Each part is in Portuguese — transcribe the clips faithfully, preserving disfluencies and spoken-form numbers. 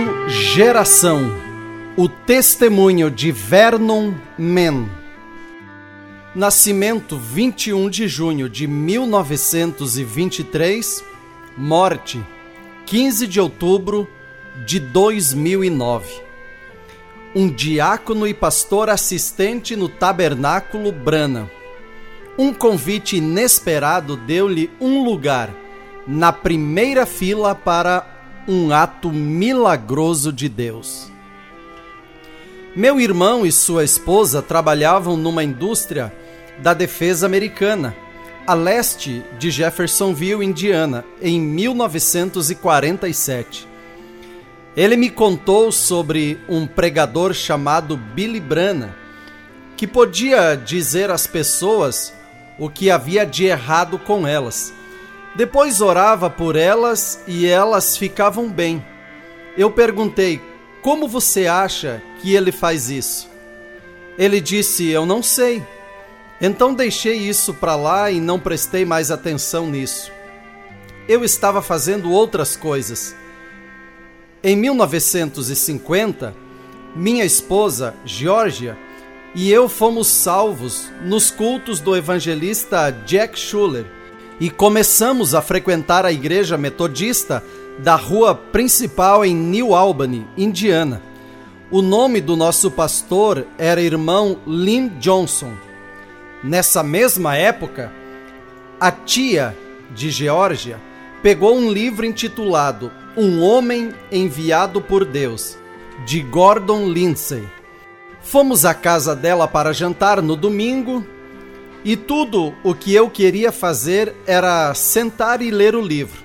Livro Geração, o testemunho de Vernon Mann. Nascimento vinte e um de junho de mil novecentos e vinte e três, morte quinze de outubro de dois mil e nove. Um diácono e pastor assistente no Tabernáculo Branham. Um convite inesperado deu-lhe um lugar na primeira fila para um ato milagroso de Deus. Meu irmão e sua esposa trabalhavam numa indústria da defesa americana, a leste de Jeffersonville, Indiana, em mil novecentos e quarenta e sete. Ele me contou sobre um pregador chamado Billy Branham, que podia dizer às pessoas o que havia de errado com elas. Depois orava por elas e elas ficavam bem. Eu perguntei, como você acha que ele faz isso? Ele disse, eu não sei. Então deixei isso para lá e não prestei mais atenção nisso. Eu estava fazendo outras coisas. Em mil novecentos e cinquenta, minha esposa, Georgia, e eu fomos salvos nos cultos do evangelista Jack Schuller e começamos a frequentar a igreja metodista da rua principal em New Albany, Indiana. O nome do nosso pastor era irmão Lynn Johnson. Nessa mesma época, a tia de Geórgia pegou um livro intitulado Um Homem Enviado por Deus, de Gordon Lindsay. Fomos à casa dela para jantar no domingo e tudo o que eu queria fazer era sentar e ler o livro.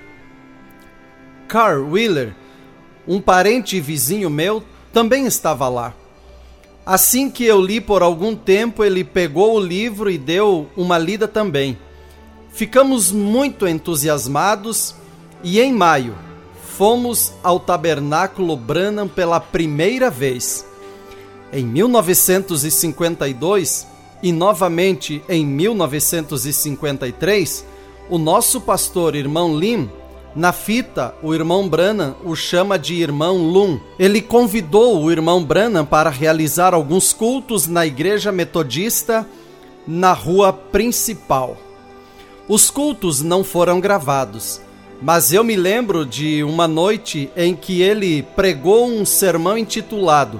Carl Wheeler, um parente e vizinho meu, também estava lá. Assim que eu li por algum tempo, ele pegou o livro e deu uma lida também. Ficamos muito entusiasmados e em maio fomos ao Tabernáculo Branham pela primeira vez. Em mil novecentos e cinquenta e dois e novamente em mil novecentos e cinquenta e três, o nosso pastor irmão Lim, na fita, o irmão Branham o chama de irmão Lum. Ele convidou o irmão Branham para realizar alguns cultos na igreja metodista na rua principal. Os cultos não foram gravados, mas eu me lembro de uma noite em que ele pregou um sermão intitulado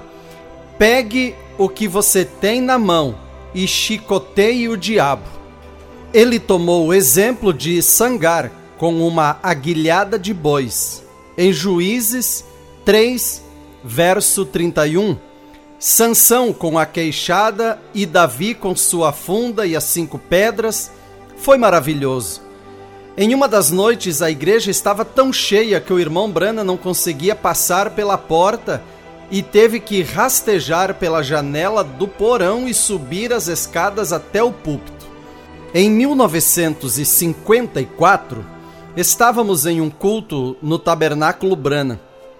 Pegue o que você tem na mão e chicoteie o diabo. Ele tomou o exemplo de Sangar com uma aguilhada de bois. Em Juízes três, verso trinta e um, Sansão com a queixada e Davi com sua funda e as cinco pedras. Foi maravilhoso. Em uma das noites, a igreja estava tão cheia que o irmão Branham não conseguia passar pela porta e teve que rastejar pela janela do porão e subir as escadas até o púlpito. Em mil novecentos e cinquenta e quatro, estávamos em um culto no Tabernáculo Branham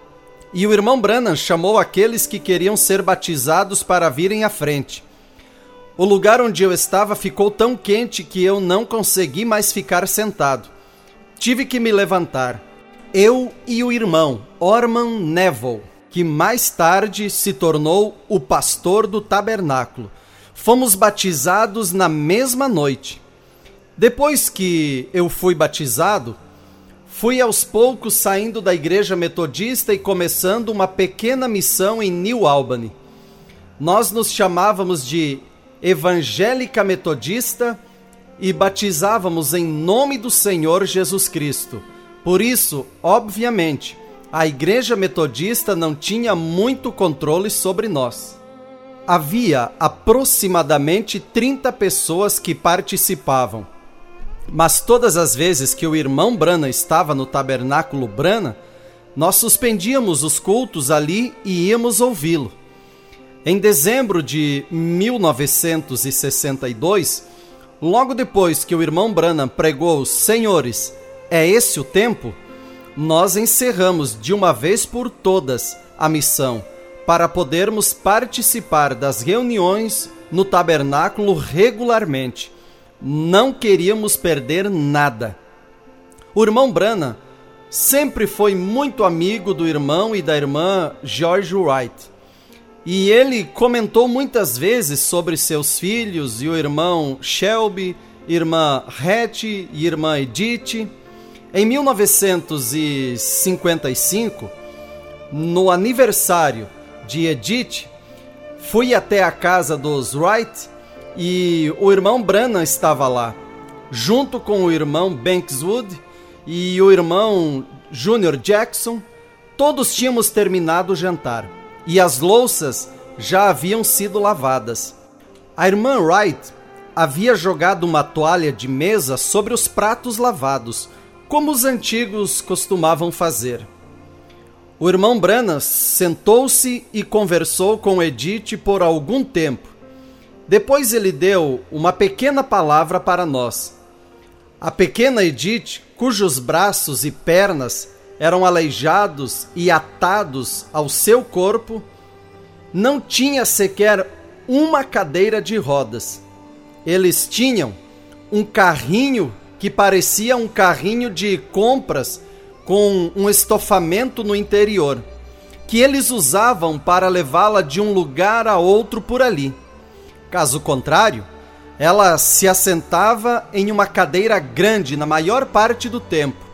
e o irmão Branham chamou aqueles que queriam ser batizados para virem à frente. O lugar onde eu estava ficou tão quente que eu não consegui mais ficar sentado. Tive que me levantar. Eu e o irmão Orman Neville, que mais tarde se tornou o pastor do tabernáculo, fomos batizados na mesma noite. Depois que eu fui batizado, fui aos poucos saindo da igreja metodista e começando uma pequena missão em New Albany. Nós nos chamávamos de Evangélica Metodista e batizávamos em nome do Senhor Jesus Cristo. Por isso, obviamente, a igreja metodista não tinha muito controle sobre nós. Havia aproximadamente trinta pessoas que participavam. Mas todas as vezes que o irmão Branham estava no Tabernáculo Branham, nós suspendíamos os cultos ali e íamos ouvi-lo. Em dezembro de mil novecentos e sessenta e dois, logo depois que o irmão Branham pregou, Senhores, é esse o tempo? Nós encerramos de uma vez por todas a missão para podermos participar das reuniões no tabernáculo regularmente. Não queríamos perder nada. O irmão Branham sempre foi muito amigo do irmão e da irmã George Wright. E ele comentou muitas vezes sobre seus filhos e o irmão Shelby, irmã Hattie e irmã Edith. Em mil novecentos e cinquenta e cinco, no aniversário de Edith, fui até a casa dos Wright e o irmão Branham estava lá, junto com o irmão Bankswood e o irmão Junior Jackson. Todos tínhamos terminado o jantar e as louças já haviam sido lavadas. A irmã Wright havia jogado uma toalha de mesa sobre os pratos lavados, como os antigos costumavam fazer. O irmão Branham sentou-se e conversou com Edith por algum tempo. Depois ele deu uma pequena palavra para nós. A pequena Edith, cujos braços e pernas eram aleijados e atados ao seu corpo, não tinha sequer uma cadeira de rodas. Eles tinham um carrinho que parecia um carrinho de compras com um estofamento no interior, que eles usavam para levá-la de um lugar a outro por ali. Caso contrário, ela se assentava em uma cadeira grande na maior parte do tempo.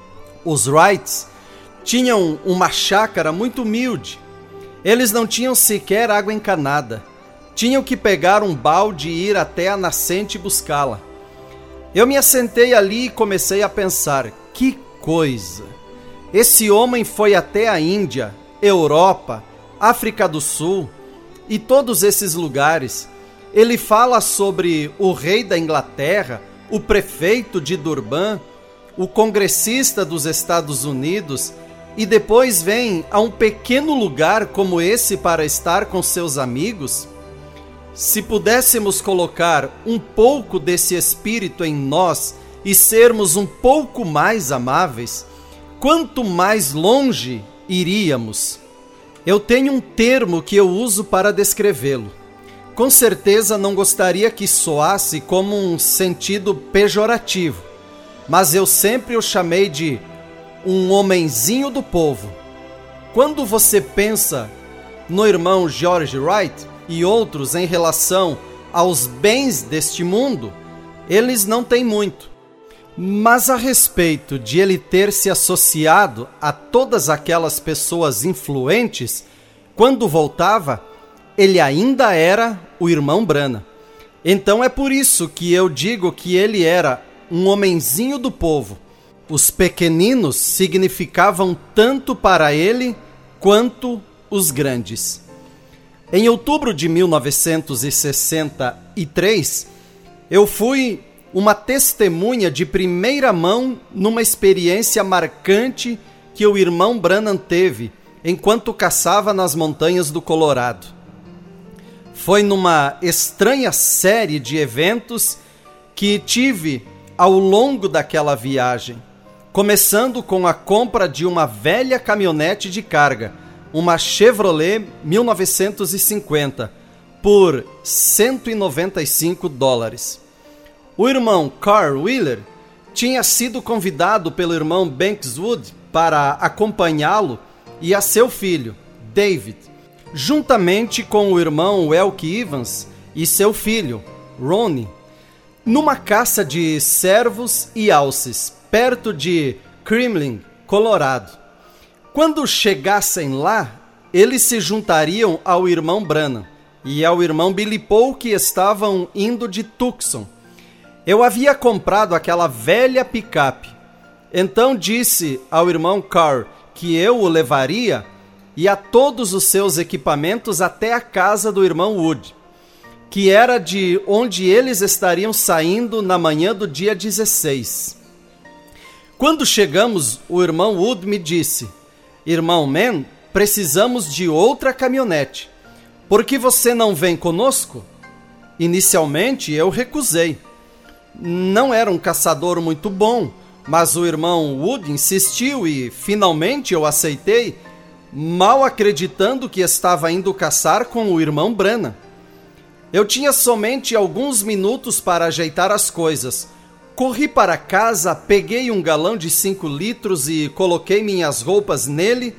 Os Wrights tinham uma chácara muito humilde. Eles não tinham sequer água encanada. Tinham que pegar um balde e ir até a nascente buscá-la. Eu me assentei ali e comecei a pensar, que coisa! Esse homem foi até a Índia, Europa, África do Sul e todos esses lugares. Ele fala sobre o rei da Inglaterra, o prefeito de Durban, o congressista dos Estados Unidos, e depois vem a um pequeno lugar como esse para estar com seus amigos. Se pudéssemos colocar um pouco desse espírito em nós e sermos um pouco mais amáveis, quanto mais longe iríamos. Eu tenho um termo que eu uso para descrevê-lo. Com certeza não gostaria que soasse como um sentido pejorativo, mas eu sempre o chamei de um homenzinho do povo. Quando você pensa no irmão George Wright e outros em relação aos bens deste mundo, eles não têm muito. Mas a respeito de ele ter se associado a todas aquelas pessoas influentes, quando voltava, ele ainda era o irmão Branham. Então é por isso que eu digo que ele era um homenzinho do povo. Os pequeninos significavam tanto para ele quanto os grandes. Em outubro de mil novecentos e sessenta e três, eu fui uma testemunha de primeira mão numa experiência marcante que o irmão Branham teve enquanto caçava nas montanhas do Colorado. Foi numa estranha série de eventos que tive ao longo daquela viagem, começando com a compra de uma velha caminhonete de carga, uma Chevrolet mil novecentos e cinquenta, por cento e noventa e cinco dólares. O irmão Carl Wheeler tinha sido convidado pelo irmão Bankswood para acompanhá-lo e a seu filho, David, juntamente com o irmão Elk Evans e seu filho, Ronnie, numa caça de cervos e alces, perto de Kremlin, Colorado. Quando chegassem lá, eles se juntariam ao irmão Branham e ao irmão Billy Paul, que estavam indo de Tucson. Eu havia comprado aquela velha picape. Então disse ao irmão Carl que eu o levaria e a todos os seus equipamentos até a casa do irmão Wood, que era de onde eles estariam saindo na manhã do dia dezesseis. Quando chegamos, o irmão Wood me disse: "Irmão Man, precisamos de outra caminhonete. Por que você não vem conosco?" Inicialmente eu recusei. Não era um caçador muito bom, mas o irmão Wood insistiu e finalmente eu aceitei, mal acreditando que estava indo caçar com o irmão Branham. Eu tinha somente alguns minutos para ajeitar as coisas, corri para casa, peguei um galão de cinco litros e coloquei minhas roupas nele.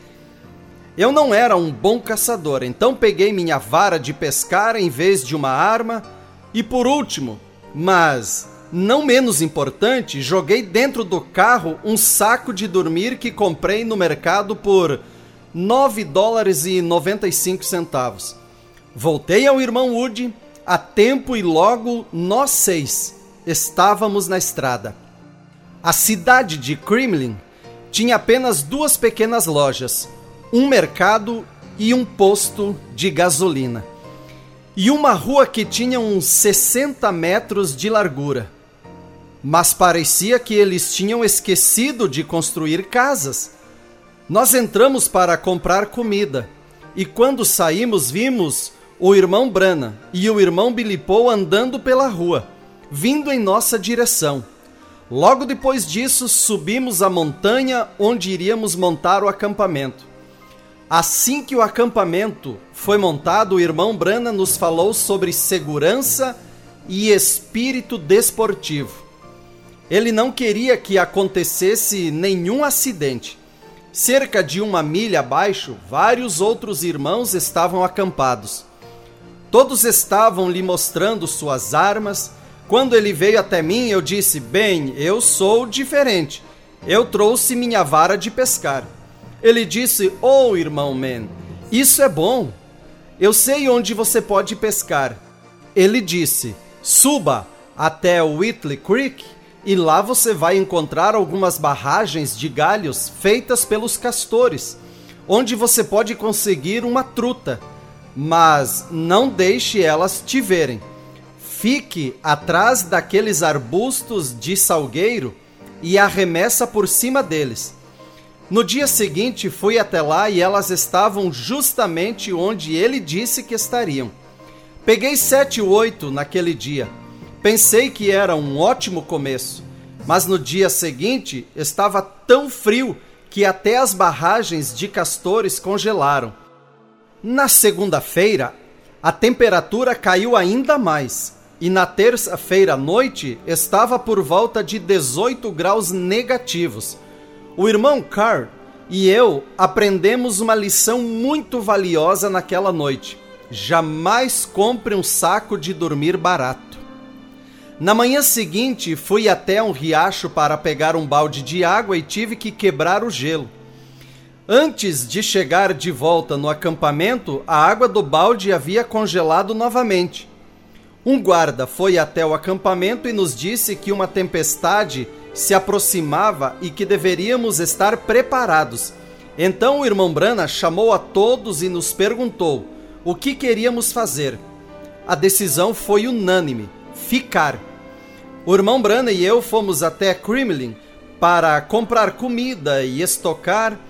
Eu não era um bom caçador, então peguei minha vara de pescar em vez de uma arma. E por último, mas não menos importante, joguei dentro do carro um saco de dormir que comprei no mercado por nove dólares e noventa e cinco centavos. Voltei ao irmão Woody a tempo e logo nós seis estávamos na estrada. A cidade de Kremlin tinha apenas duas pequenas lojas, um mercado e um posto de gasolina. E uma rua que tinha uns sessenta metros de largura. Mas parecia que eles tinham esquecido de construir casas. Nós entramos para comprar comida e quando saímos vimos o irmão Branham e o irmão Billy Paul andando pela rua, vindo em nossa direção. Logo depois disso, subimos a montanha onde iríamos montar o acampamento. Assim que o acampamento foi montado, o irmão Branham nos falou sobre segurança e espírito desportivo. Ele não queria que acontecesse nenhum acidente. Cerca de uma milha abaixo, vários outros irmãos estavam acampados. Todos estavam lhe mostrando suas armas. Quando ele veio até mim, eu disse: bem, eu sou diferente. Eu trouxe minha vara de pescar. Ele disse: oh, irmão Man, isso é bom. Eu sei onde você pode pescar. Ele disse: suba até o Whitley Creek e lá você vai encontrar algumas barragens de galhos feitas pelos castores, onde você pode conseguir uma truta, mas não deixe elas te verem. Fique atrás daqueles arbustos de salgueiro e arremessa por cima deles. No dia seguinte fui até lá e elas estavam justamente onde ele disse que estariam. Peguei sete ou oito naquele dia. Pensei que era um ótimo começo, mas no dia seguinte estava tão frio que até as barragens de castores congelaram. Na segunda-feira, a temperatura caiu ainda mais, e na terça-feira à noite estava por volta de dezoito graus negativos. O irmão Carr e eu aprendemos uma lição muito valiosa naquela noite. Jamais compre um saco de dormir barato. Na manhã seguinte, fui até um riacho para pegar um balde de água e tive que quebrar o gelo. Antes de chegar de volta no acampamento, a água do balde havia congelado novamente. Um guarda foi até o acampamento e nos disse que uma tempestade se aproximava e que deveríamos estar preparados. Então o irmão Branham chamou a todos e nos perguntou o que queríamos fazer. A decisão foi unânime: ficar. O irmão Branham e eu fomos até Kremlin para comprar comida e estocar,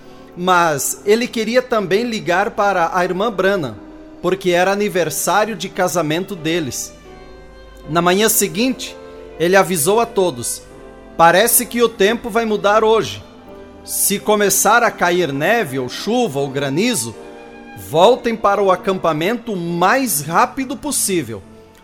mas ele queria também ligar para a irmã Branham, porque era aniversário de casamento deles. Na manhã seguinte, ele avisou a todos: parece que o tempo vai mudar hoje. Se começar a cair neve ou chuva ou granizo, voltem para o acampamento o mais rápido possível.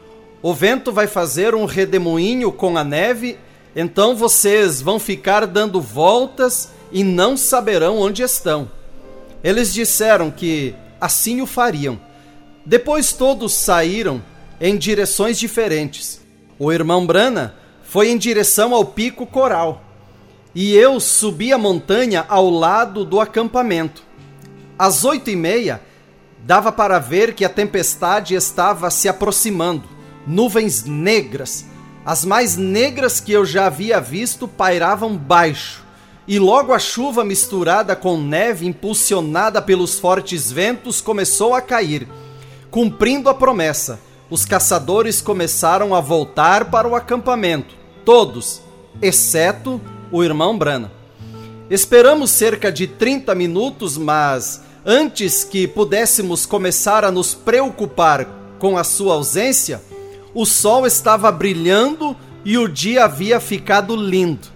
O vento vai fazer um redemoinho com a neve, então vocês vão ficar dando voltas e não saberão onde estão. Eles disseram que assim o fariam. Depois todos saíram em direções diferentes. O irmão Branham foi em direção ao Pico Coral e eu subi a montanha ao lado do acampamento. Às oito e meia, dava para ver que a tempestade estava se aproximando. Nuvens negras, as mais negras que eu já havia visto, pairavam baixo, e logo a chuva misturada com neve impulsionada pelos fortes ventos começou a cair. Cumprindo a promessa, os caçadores começaram a voltar para o acampamento, todos, exceto o irmão Branham. Esperamos cerca de trinta minutos, mas antes que pudéssemos começar a nos preocupar com a sua ausência, o sol estava brilhando e o dia havia ficado lindo.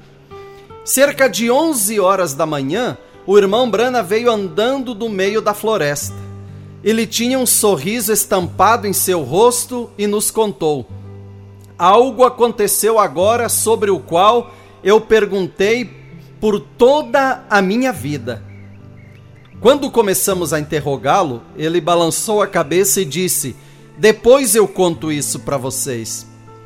Cerca de onze horas da manhã, o irmão Branham veio andando do meio da floresta. Ele tinha um sorriso estampado em seu rosto e nos contou: Algo aconteceu agora sobre o qual eu perguntei por toda a minha vida. Quando começamos a interrogá-lo, ele balançou a cabeça e disse: depois eu conto isso para vocês.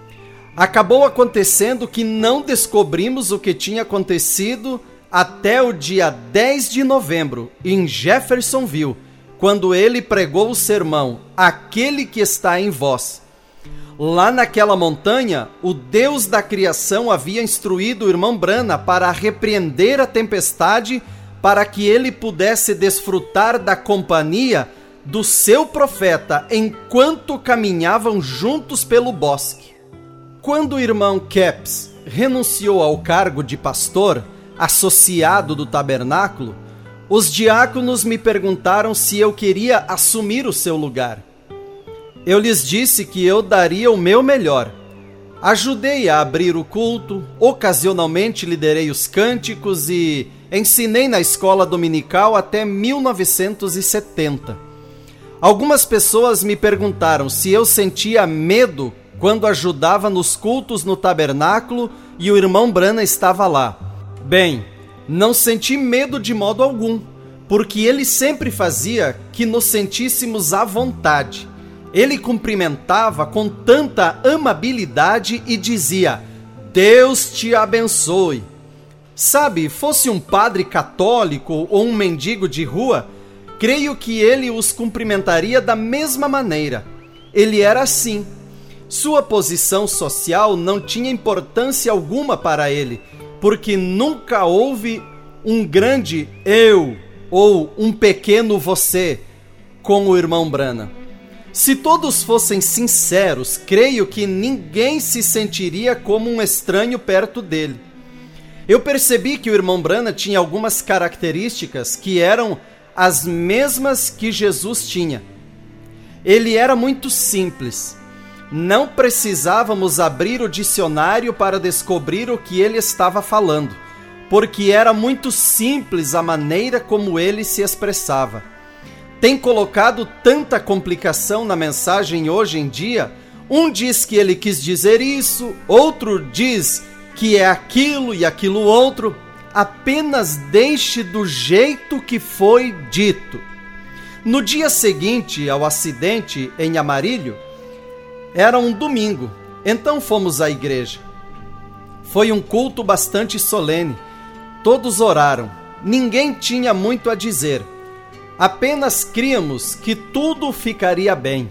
Acabou acontecendo que não descobrimos o que tinha acontecido até o dia dez de novembro, em Jeffersonville, quando ele pregou o sermão, Aquele que está em vós. Lá naquela montanha, o Deus da criação havia instruído o irmão Branham para repreender a tempestade, para que ele pudesse desfrutar da companhia do seu profeta enquanto caminhavam juntos pelo bosque. Quando o irmão Capps renunciou ao cargo de pastor, associado do tabernáculo, os diáconos me perguntaram se eu queria assumir o seu lugar. Eu lhes disse que eu daria o meu melhor. Ajudei a abrir o culto, ocasionalmente liderei os cânticos e ensinei na escola dominical até mil novecentos e setenta. Algumas pessoas me perguntaram se eu sentia medo quando ajudava nos cultos no tabernáculo e o irmão Branham estava lá. Bem, não senti medo de modo algum, porque ele sempre fazia que nos sentíssemos à vontade. Ele cumprimentava com tanta amabilidade e dizia: Deus te abençoe. Sabe, fosse um padre católico ou um mendigo de rua, creio que ele os cumprimentaria da mesma maneira. Ele era assim. Sua posição social não tinha importância alguma para ele, porque nunca houve um grande eu ou um pequeno você com o irmão Branham. Se todos fossem sinceros, creio que ninguém se sentiria como um estranho perto dele. Eu percebi que o irmão Branham tinha algumas características que eram as mesmas que Jesus tinha. Ele era muito simples. Não precisávamos abrir o dicionário para descobrir o que ele estava falando, porque era muito simples a maneira como ele se expressava. Tem colocado tanta complicação na mensagem hoje em dia. Um diz que ele quis dizer isso, outro diz que é aquilo e aquilo outro. Apenas deixe do jeito que foi dito. No dia seguinte ao acidente em Amarillo, era um domingo, então fomos à igreja. Foi um culto bastante solene. Todos oraram. Ninguém tinha muito a dizer. Apenas críamos que tudo ficaria bem.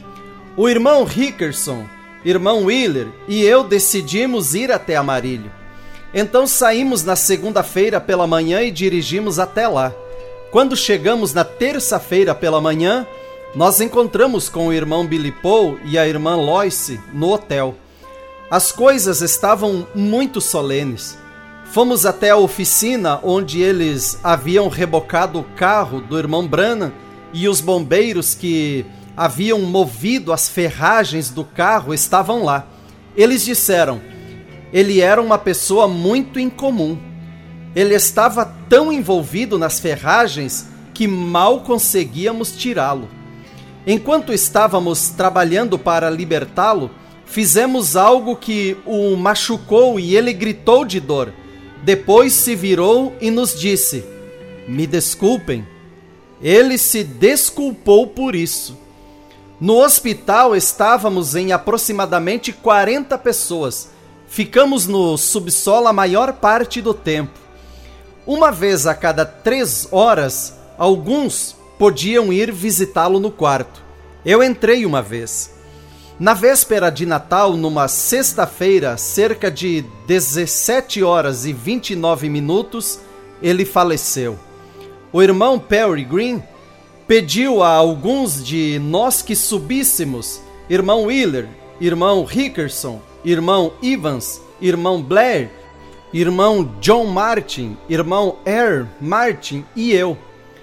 O irmão Rickerson, irmão Wheeler e eu decidimos ir até Amarillo. Então saímos na segunda-feira pela manhã e dirigimos até lá. Quando chegamos na terça-feira pela manhã, nós encontramos com o irmão Billy Paul e a irmã Loyce no hotel. As coisas estavam muito solenes. Fomos até a oficina onde eles haviam rebocado o carro do irmão Branham e os bombeiros que haviam movido as ferragens do carro estavam lá. Eles disseram: ele era uma pessoa muito incomum. Ele estava tão envolvido nas ferragens que mal conseguíamos tirá-lo. Enquanto estávamos trabalhando para libertá-lo, fizemos algo que o machucou e ele gritou de dor. Depois se virou e nos disse: me desculpem. Ele se desculpou por isso. No hospital estávamos em aproximadamente quarenta pessoas. Ficamos no subsolo a maior parte do tempo. Uma vez a cada três horas, alguns podiam ir visitá-lo no quarto. Eu entrei uma vez. Na véspera de Natal, numa sexta-feira, cerca de dezessete horas e vinte e nove minutos, ele faleceu. O irmão Perry Green pediu a alguns de nós que subíssemos, irmão Wheeler, irmão Rickerson, irmão Evans, irmão Blair, irmão John Martin, irmão Air Martin e eu.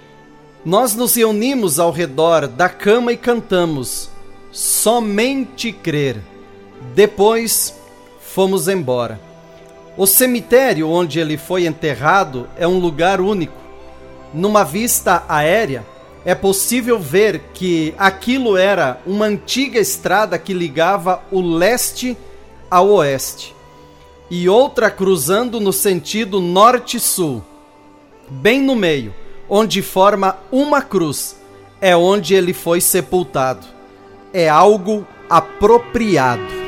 Nós nos reunimos ao redor da cama e cantamos Somente Crer. Depois fomos embora. O cemitério onde ele foi enterrado é um lugar único. Numa vista aérea, é possível ver que aquilo era uma antiga estrada que ligava o leste a oeste, e outra cruzando no sentido norte-sul. Bem no meio, onde forma uma cruz, é onde ele foi sepultado. É algo apropriado.